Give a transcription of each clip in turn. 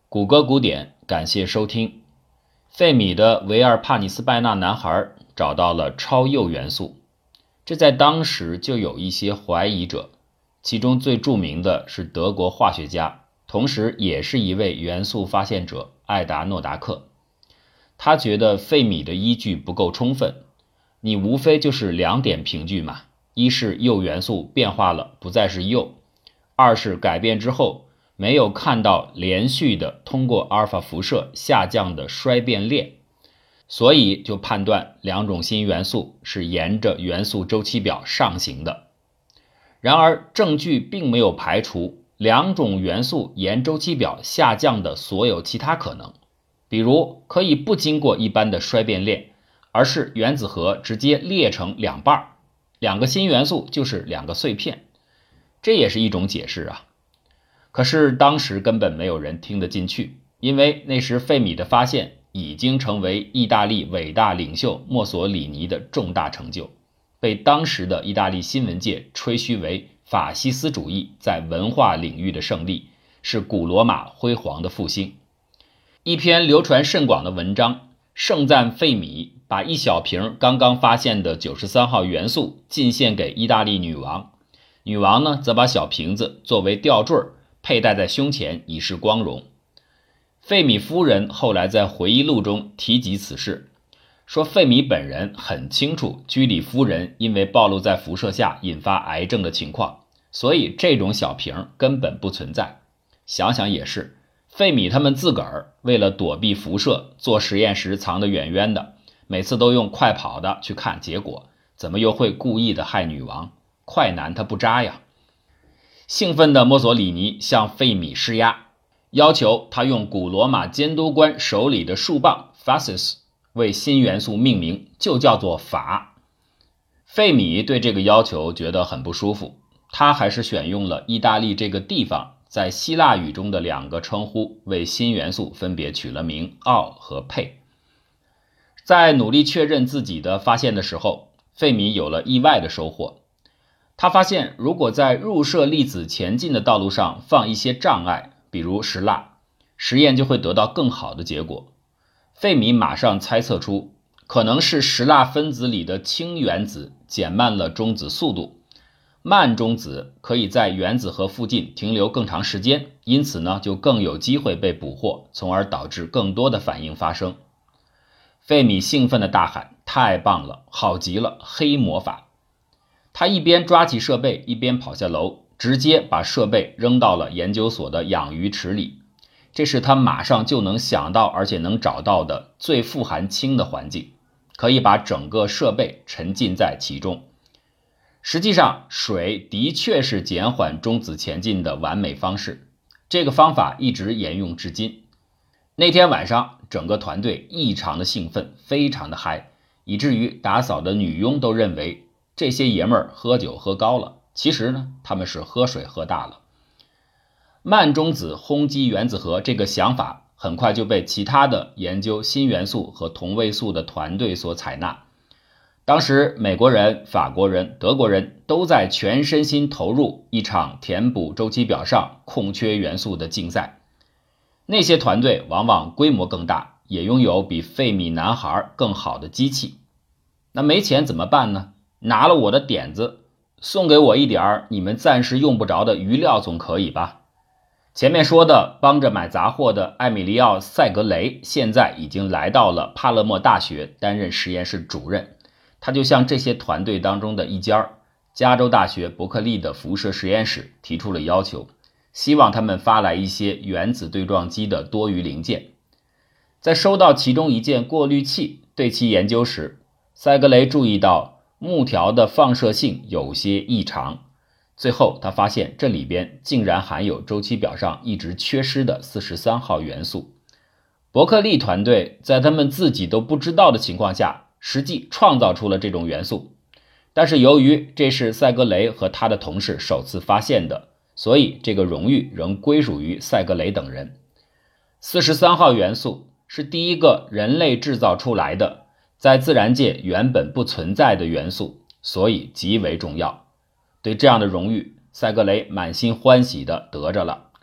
谷歌古典，感谢收听。费米的维尔帕尼斯拜纳男孩找到了超铀元素，这在当时就有一些怀疑者，其中最著名的是德国化学家，同时也是一位元素发现者艾达诺达克。他觉得费米的依据不够充分，你无非就是两点凭据嘛，一是铀元素变化了，不再是铀；二是改变之后没有看到连续的通过阿尔法辐射下降的衰变链，所以就判断两种新元素是沿着元素周期表上行的。然而证据并没有排除两种元素沿周期表下降的所有其他可能，比如可以不经过一般的衰变链，而是原子核直接裂成两半，两个新元素就是两个碎片，这也是一种解释啊。可是当时根本没有人听得进去，因为那时费米的发现已经成为意大利伟大领袖墨索里尼的重大成就，被当时的意大利新闻界吹嘘为法西斯主义在文化领域的胜利，是古罗马辉煌的复兴。一篇流传甚广的文章盛赞费米把一小瓶刚刚发现的93号元素进献给意大利女王，女王呢则把小瓶子作为吊坠佩戴在胸前以示光荣。费米夫人后来在回忆录中提及此事，说费米本人很清楚居里夫人因为暴露在辐射下引发癌症的情况，所以这种小瓶根本不存在。想想也是，费米他们自个儿为了躲避辐射，做实验时藏得远远的，每次都用快跑的去看结果，怎么又会故意的害女王？快男他不渣呀。兴奋的墨索里尼向费米施压，要求他用古罗马监督官手里的树棒 fasces 为新元素命名，就叫做法。费米对这个要求觉得很不舒服，他还是选用了意大利这个地方在希腊语中的两个称呼，为新元素分别取了名奥和佩。在努力确认自己的发现的时候，费米有了意外的收获。他发现如果在入射粒子前进的道路上放一些障碍，比如石蜡，实验就会得到更好的结果。费米马上猜测出，可能是石蜡分子里的氢原子减慢了中子速度，慢中子可以在原子核附近停留更长时间，因此呢就更有机会被捕获，从而导致更多的反应发生。费米兴奋地大喊：太棒了，好极了，黑魔法！他一边抓起设备，一边跑下楼，直接把设备扔到了研究所的养鱼池里。这是他马上就能想到而且能找到的最富含氢的环境，可以把整个设备沉浸在其中。实际上，水的确是减缓中子前进的完美方式，这个方法一直沿用至今。那天晚上，整个团队异常的兴奋，非常的嗨，以至于打扫的女佣都认为这些爷们儿喝酒喝高了，其实呢，他们是喝水喝大了。慢中子轰击原子核这个想法很快就被其他的研究新元素和同位素的团队所采纳。当时美国人、法国人、德国人都在全身心投入一场填补周期表上空缺元素的竞赛。那些团队往往规模更大，也拥有比费米男孩更好的机器。那没钱怎么办呢？拿了我的点子，送给我一点你们暂时用不着的余料总可以吧？前面说的帮着买杂货的艾米利奥·塞格雷现在已经来到了帕勒莫大学担任实验室主任，他就向这些团队当中的一家加州大学伯克利的辐射实验室提出了要求，希望他们发来一些原子对撞机的多余零件。在收到其中一件过滤器对其研究时，塞格雷注意到木条的放射性有些异常，最后他发现这里边竟然含有周期表上一直缺失的43号元素。伯克利团队在他们自己都不知道的情况下，实际创造出了这种元素，但是由于这是塞格雷和他的同事首次发现的，所以这个荣誉仍归属于塞格雷等人。43号元素是第一个人类制造出来的在自然界原本不存在的元素，所以极为重要。对这样的荣誉，塞格雷满心欢喜地得着了，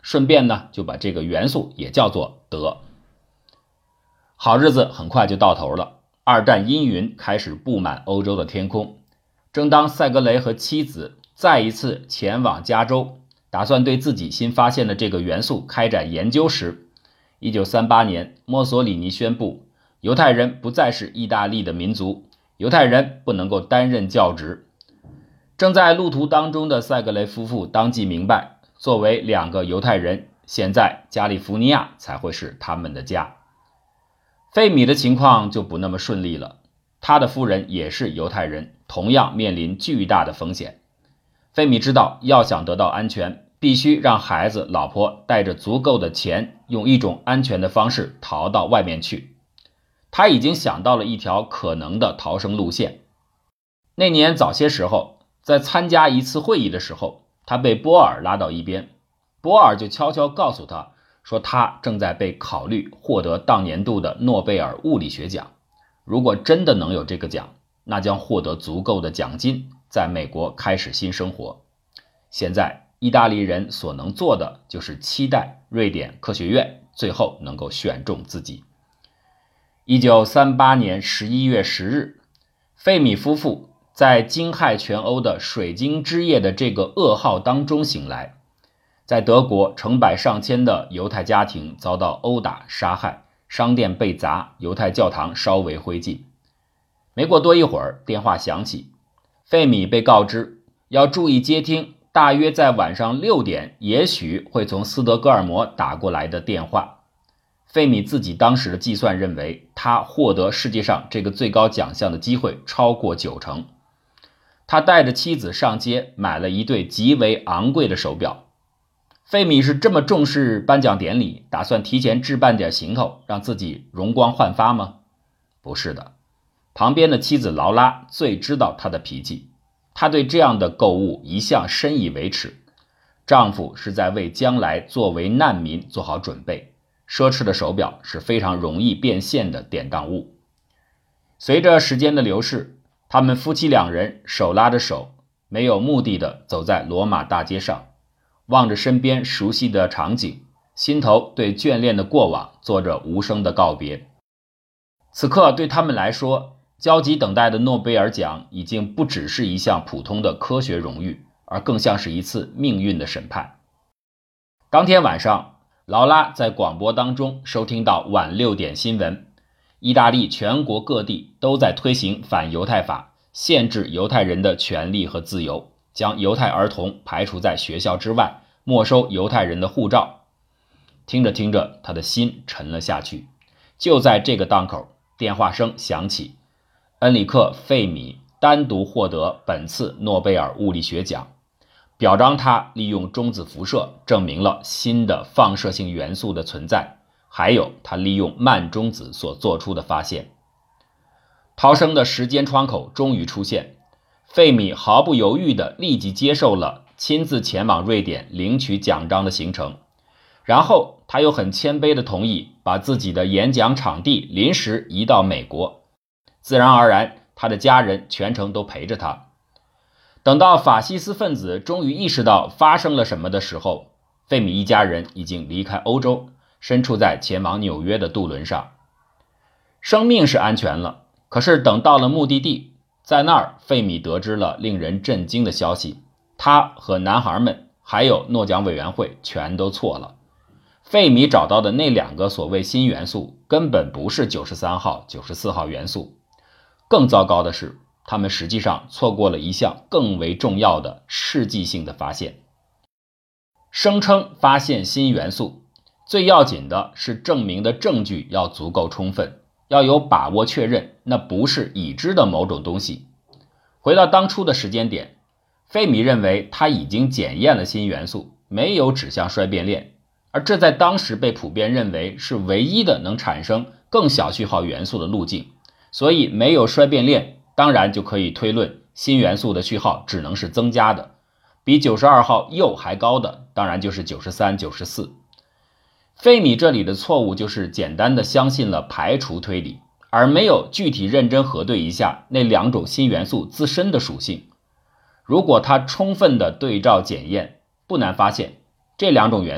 顺便呢就把这个元素也叫做德。好日子很快就到头了，二战阴云开始布满欧洲的天空。正当塞格雷和妻子再一次前往加州，打算对自己新发现的这个元素开展研究时，1938年，墨索里尼宣布，犹太人不再是意大利的民族，犹太人不能够担任教职。正在路途当中的塞格雷夫妇当即明白，作为2个犹太人，现在加利福尼亚才会是他们的家。费米的情况就不那么顺利了，他的夫人也是犹太人，同样面临巨大的风险。费米知道，要想得到安全，必须让孩子、老婆带着足够的钱，用一种安全的方式逃到外面去。他已经想到了一条可能的逃生路线。那年早些时候，在参加一次会议的时候，他被波尔拉到一边，波尔就悄悄告诉他说，他正在被考虑获得当年度的诺贝尔物理学奖。如果真的能有这个奖，那将获得足够的奖金，在美国开始新生活。现在意大利人所能做的就是期待瑞典科学院最后能够选中自己。1938年11月10日，费米夫妇在惊骇全欧的水晶之夜的这个噩耗当中醒来。在德国，成百上千的犹太家庭遭到殴打杀害，商店被砸，犹太教堂烧为灰烬。没过多一会儿，电话响起，费米被告知要注意接听大约在晚上6点也许会从斯德哥尔摩打过来的电话。费米自己当时的计算认为，他获得世界上这个最高奖项的机会超过90%。他带着妻子上街买了一对极为昂贵的手表。费米是这么重视颁奖典礼，打算提前置办点行头，让自己容光焕发吗？不是的，旁边的妻子劳拉最知道他的脾气，她对这样的购物一向深以为耻。丈夫是在为将来作为难民做好准备，奢侈的手表是非常容易变现的典当物。随着时间的流逝，他们夫妻2人手拉着手，没有目的地走在罗马大街上，望着身边熟悉的场景，心头对眷恋的过往做着无声的告别。此刻对他们来说，焦急等待的诺贝尔奖已经不只是一项普通的科学荣誉，而更像是一次命运的审判。当天晚上，劳拉在广播当中收听到晚6点新闻，意大利全国各地都在推行反犹太法，限制犹太人的权利和自由，将犹太儿童排除在学校之外，没收犹太人的护照。听着听着，他的心沉了下去。就在这个档口，电话声响起，恩里克·费米单独获得本次诺贝尔物理学奖，表彰他利用中子辐射证明了新的放射性元素的存在，还有他利用慢中子所做出的发现。逃生的时间窗口终于出现，费米毫不犹豫地立即接受了亲自前往瑞典领取奖章的行程，然后他又很谦卑地同意把自己的演讲场地临时移到美国。自然而然，他的家人全程都陪着他。等到法西斯分子终于意识到发生了什么的时候，费米一家人已经离开欧洲，身处在前往纽约的渡轮上。生命是安全了，可是等到了目的地，在那儿费米得知了令人震惊的消息，他和男孩们还有诺奖委员会全都错了。费米找到的那2个所谓新元素根本不是93号、94号元素。更糟糕的是，他们实际上错过了一项更为重要的世纪性的发现。声称发现新元素，最要紧的是证明的证据要足够充分，要有把握确认那不是已知的某种东西。回到当初的时间点，费米认为他已经检验了新元素，没有指向衰变链，而这在当时被普遍认为是唯一的能产生更小序号元素的路径，所以没有衰变链，当然就可以推论新元素的序号只能是增加的，比92号铀还高的当然就是93、94。费米这里的错误就是简单的相信了排除推理，而没有具体认真核对一下那2种新元素自身的属性。如果他充分的对照检验，不难发现这2种元素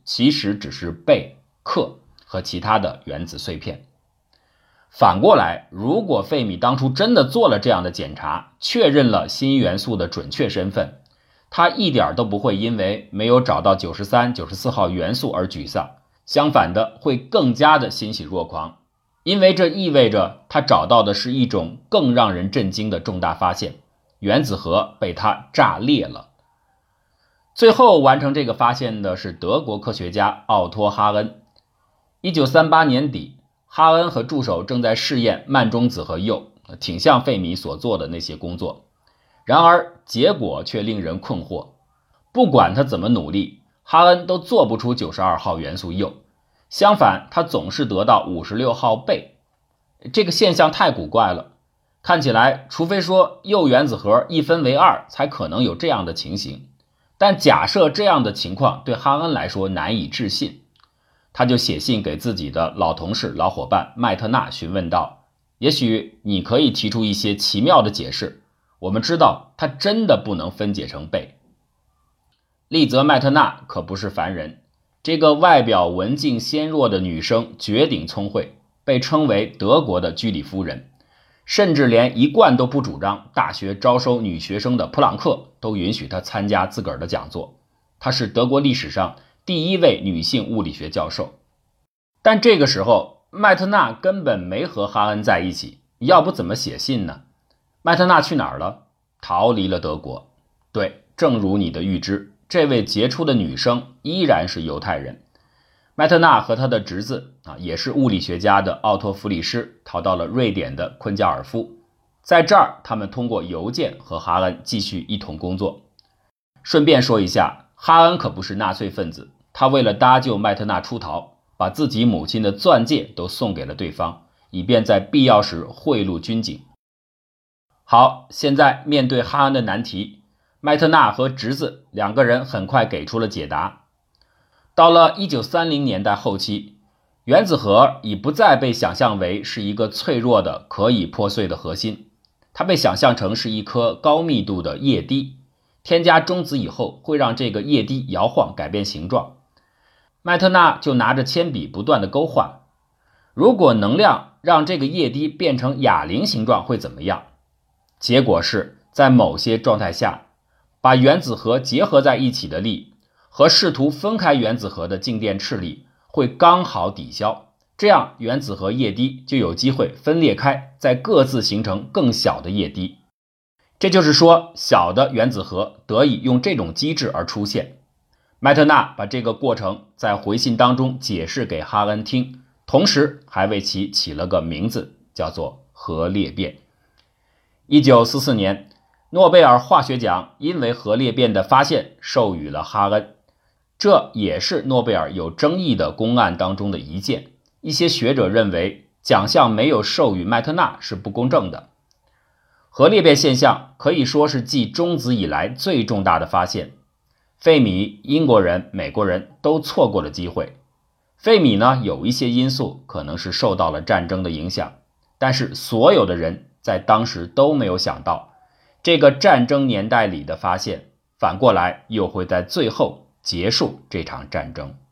其实只是钡、氪和其他的原子碎片。反过来，如果费米当初真的做了这样的检查，确认了新元素的准确身份，他一点都不会因为没有找到93、94号元素而沮丧，相反的会更加的欣喜若狂，因为这意味着他找到的是一种更让人震惊的重大发现，原子核被他炸裂了。最后完成这个发现的是德国科学家奥托·哈恩。1938年底，哈恩和助手正在试验慢中子和铀，挺像费米所做的那些工作。然而结果却令人困惑，不管他怎么努力，哈恩都做不出92号元素铀，相反他总是得到56号钡。这个现象太古怪了，看起来除非说铀原子核一分为二才可能有这样的情形，但假设这样的情况对哈恩来说难以置信，他就写信给自己的老同事、老伙伴麦特纳询问道，也许你可以提出一些奇妙的解释，我们知道它真的不能分解成钡。丽泽·麦特纳可不是凡人，这个外表文静纤弱的女生绝顶聪慧，被称为德国的居里夫人，甚至连一贯都不主张大学招收女学生的普朗克都允许她参加自个儿的讲座。她是德国历史上第一位女性物理学教授。但这个时候麦特纳根本没和哈恩在一起，要不怎么写信呢？麦特纳去哪儿了？逃离了德国。对，正如你的预知，这位杰出的女生依然是犹太人。麦特纳和他的侄子也是物理学家的奥托·弗里施逃到了瑞典的昆加尔夫，在这儿他们通过邮件和哈恩继续一同工作。顺便说一下，哈恩可不是纳粹分子，他为了搭救麦特纳出逃，把自己母亲的钻戒都送给了对方，以便在必要时贿赂军警。好，现在面对哈恩的难题，麦特纳和侄子两个人很快给出了解答。到了1930年代后期，原子核已不再被想象为是一个脆弱的可以破碎的核心，它被想象成是一颗高密度的液滴，添加中子以后会让这个液滴摇晃改变形状。麦特纳就拿着铅笔不断地勾画，如果能量让这个液滴变成哑铃形状会怎么样？结果是在某些状态下，把原子核结合在一起的力和试图分开原子核的静电斥力会刚好抵消，这样原子核液滴就有机会分裂开，再各自形成更小的液滴。这就是说，小的原子核得以用这种机制而出现。麦特纳把这个过程在回信当中解释给哈恩听，同时还为其起了个名字，叫做核裂变。1944年，诺贝尔化学奖因为核裂变的发现授予了哈恩，这也是诺贝尔有争议的公案当中的一件。一些学者认为奖项没有授予麦特纳是不公正的。核裂变现象可以说是继中子以来最重大的发现，费米、英国人、美国人都错过了机会。费米呢，有一些因素可能是受到了战争的影响，但是所有的人在当时都没有想到，这个战争年代里的发现，反过来又会在最后结束这场战争。